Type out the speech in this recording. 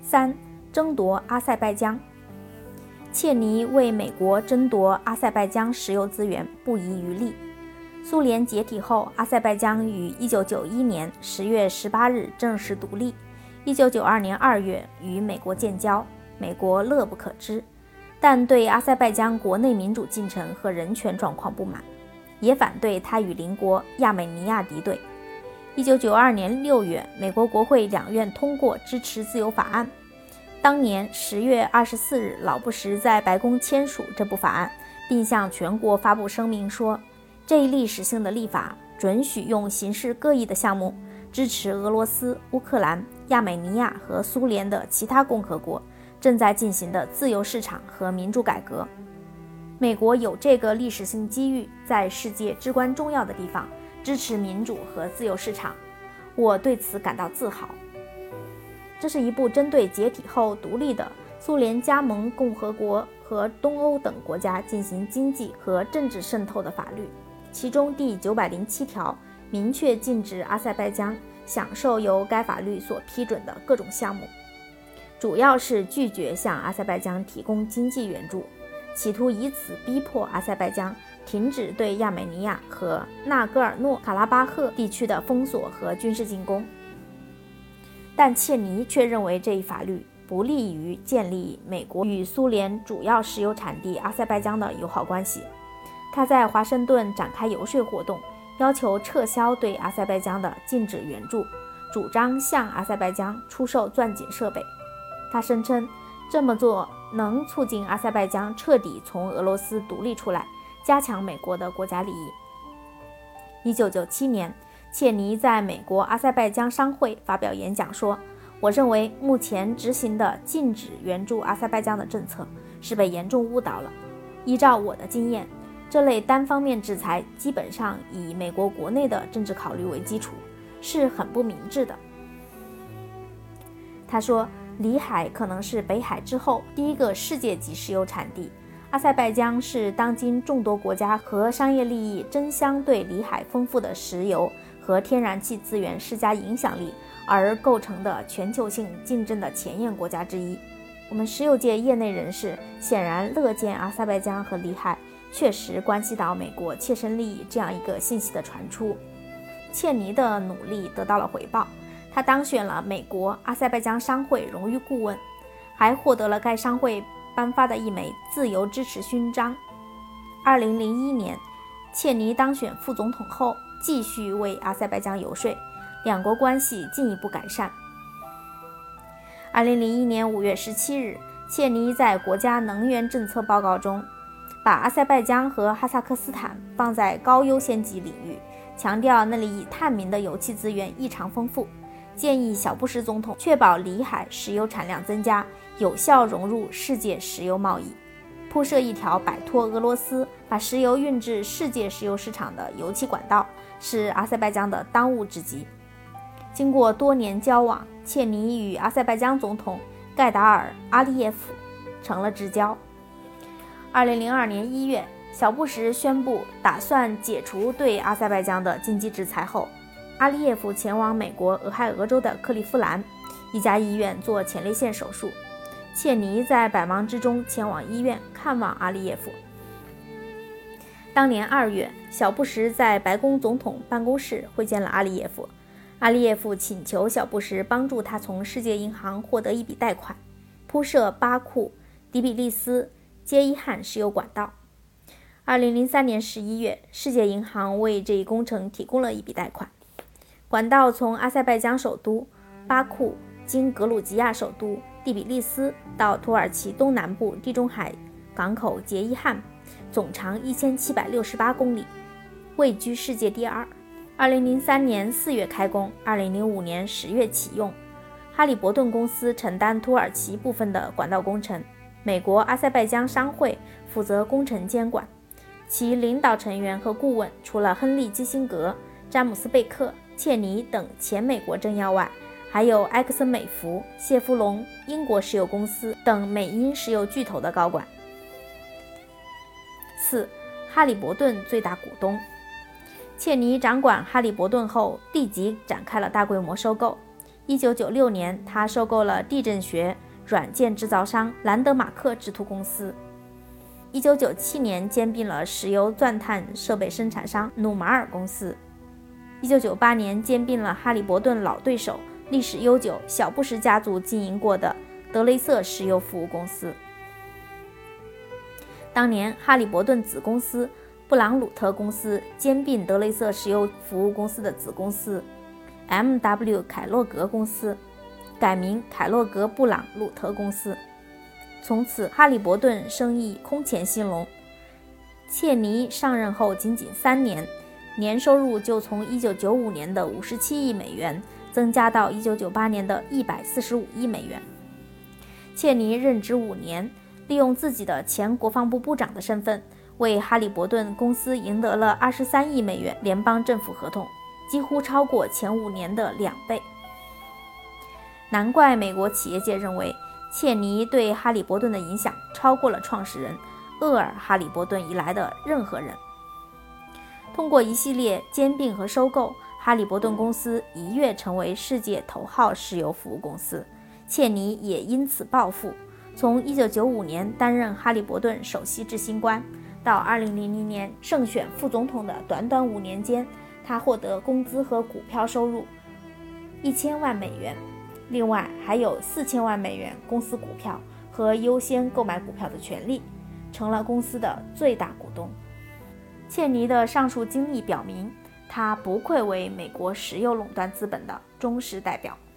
3. 争夺阿塞拜疆。切尼为美国争夺阿塞拜疆石油资源不遗余力。苏联解体后，阿塞拜疆于1991年10月18日正式独立，1992年2月与美国建交，美国乐不可支，但对阿塞拜疆国内民主进程和人权状况不满，也反对他与邻国亚美尼亚敌对。1992年6月，美国国会两院通过支持自由法案。当年10月24日，老布什在白宫签署这部法案，并向全国发布声明说，这一历史性的立法准许用形式各异的项目支持俄罗斯、乌克兰、亚美尼亚和苏联的其他共和国正在进行的自由市场和民主改革。美国有这个历史性机遇，在世界至关重要的地方支持民主和自由市场，我对此感到自豪。这是一部针对解体后独立的苏联加盟共和国和东欧等国家进行经济和政治渗透的法律，其中第907条明确禁止阿塞拜疆享受由该法律所批准的各种项目，主要是拒绝向阿塞拜疆提供经济援助，企图以此逼迫阿塞拜疆停止对亚美尼亚和纳戈尔诺卡拉巴赫地区的封锁和军事进攻。但切尼却认为这一法律不利于建立美国与苏联主要石油产地阿塞拜疆的友好关系。他在华盛顿展开游说活动，要求撤销对阿塞拜疆的禁止援助，主张向阿塞拜疆出售钻井设备。他声称这么做能促进阿塞拜疆彻底从俄罗斯独立出来，加强美国的国家利益。1997年，切尼在美国阿塞拜疆商会发表演讲说，我认为目前执行的禁止援助阿塞拜疆的政策是被严重误导了。依照我的经验，这类单方面制裁基本上以美国国内的政治考虑为基础，是很不明智的。他说，里海可能是北海之后第一个世界级石油产地，阿塞拜疆是当今众多国家和商业利益争相对里海丰富的石油和天然气资源施加影响力而构成的全球性竞争的前沿国家之一。我们石油界业内人士显然乐见阿塞拜疆和里海确实关系到美国切身利益这样一个信息的传出。切尼的努力得到了回报，他当选了美国阿塞拜疆商会荣誉顾问，还获得了该商会颁发的一枚自由支持勋章。2001年，切尼当选副总统后，继续为阿塞拜疆游说，两国关系进一步改善。2001年5月17日，切尼在国家能源政策报告中把阿塞拜疆和哈萨克斯坦放在高优先级领域，强调那里以探明的油气资源异常丰富，建议小布什总统确保里海石油产量增加，有效融入世界石油贸易，铺设一条摆脱俄罗斯把石油运至世界石油市场的油气管道，是阿塞拜疆的当务之急。经过多年交往，切尼与阿塞拜疆总统盖达尔·阿利耶夫成了至交。2002年1月，小布什宣布打算解除对阿塞拜疆的经济制裁后，阿利耶夫前往美国俄亥俄州的克利夫兰一家医院做前列腺手术。切尼在百忙之中前往医院看望阿利耶夫。当年2月，小布什在白宫总统办公室会见了阿利耶夫。阿利耶夫请求小布什帮助他从世界银行获得一笔贷款，铺设巴库、底比利斯、杰伊汉石油管道。2003年11月，世界银行为这一工程提供了一笔贷款。管道从阿塞拜疆首都巴库经格鲁吉亚首都第比利斯到土耳其东南部地中海港口杰伊汉，总长1768公里，位居世界第二。2003年4月开工，2005年10月启用。哈利伯顿公司承担土耳其部分的管道工程，美国阿塞拜疆商会负责工程监管。其领导成员和顾问除了亨利·基辛格、詹姆斯·贝克、切尼等前美国政要外，还有埃克森美孚、谢夫隆、英国石油公司等美英石油巨头的高管。4. 哈利伯顿最大股东。切尼掌管哈利伯顿后，立即展开了大规模收购。 1996年，他收购了地震学软件制造商兰德马克制图公司。1997年，兼并了石油钻探设备生产商努马尔公司。1998年，兼并了哈利伯顿老对手、历史悠久、小布什家族经营过的德雷瑟石油服务公司。当年，哈利伯顿子公司布朗鲁特公司兼并德雷瑟石油服务公司的子公司 M.W. 凯洛格公司，改名凯洛格布朗鲁特公司。从此，哈利伯顿生意空前兴隆。切尼上任后仅仅3年，年收入就从1995年的57亿美元增加到1998年的145亿美元。切尼任职5年，利用自己的前国防部部长的身份，为哈利伯顿公司赢得了23亿美元联邦政府合同，几乎超过前5年的2倍。难怪美国企业界认为，切尼对哈利伯顿的影响超过了创始人厄尔·哈利伯顿以来的任何人。通过一系列兼并和收购，哈利伯顿公司一跃成为世界头号石油服务公司，切尼也因此暴富。从1995年担任哈利伯顿首席执行官，到2000年胜选副总统的短短5年间，他获得工资和股票收入1000万美元，另外还有4000万美元公司股票和优先购买股票的权利，成了公司的最大股东。切尼的上述经历表明，他不愧为美国石油垄断资本的忠实代表。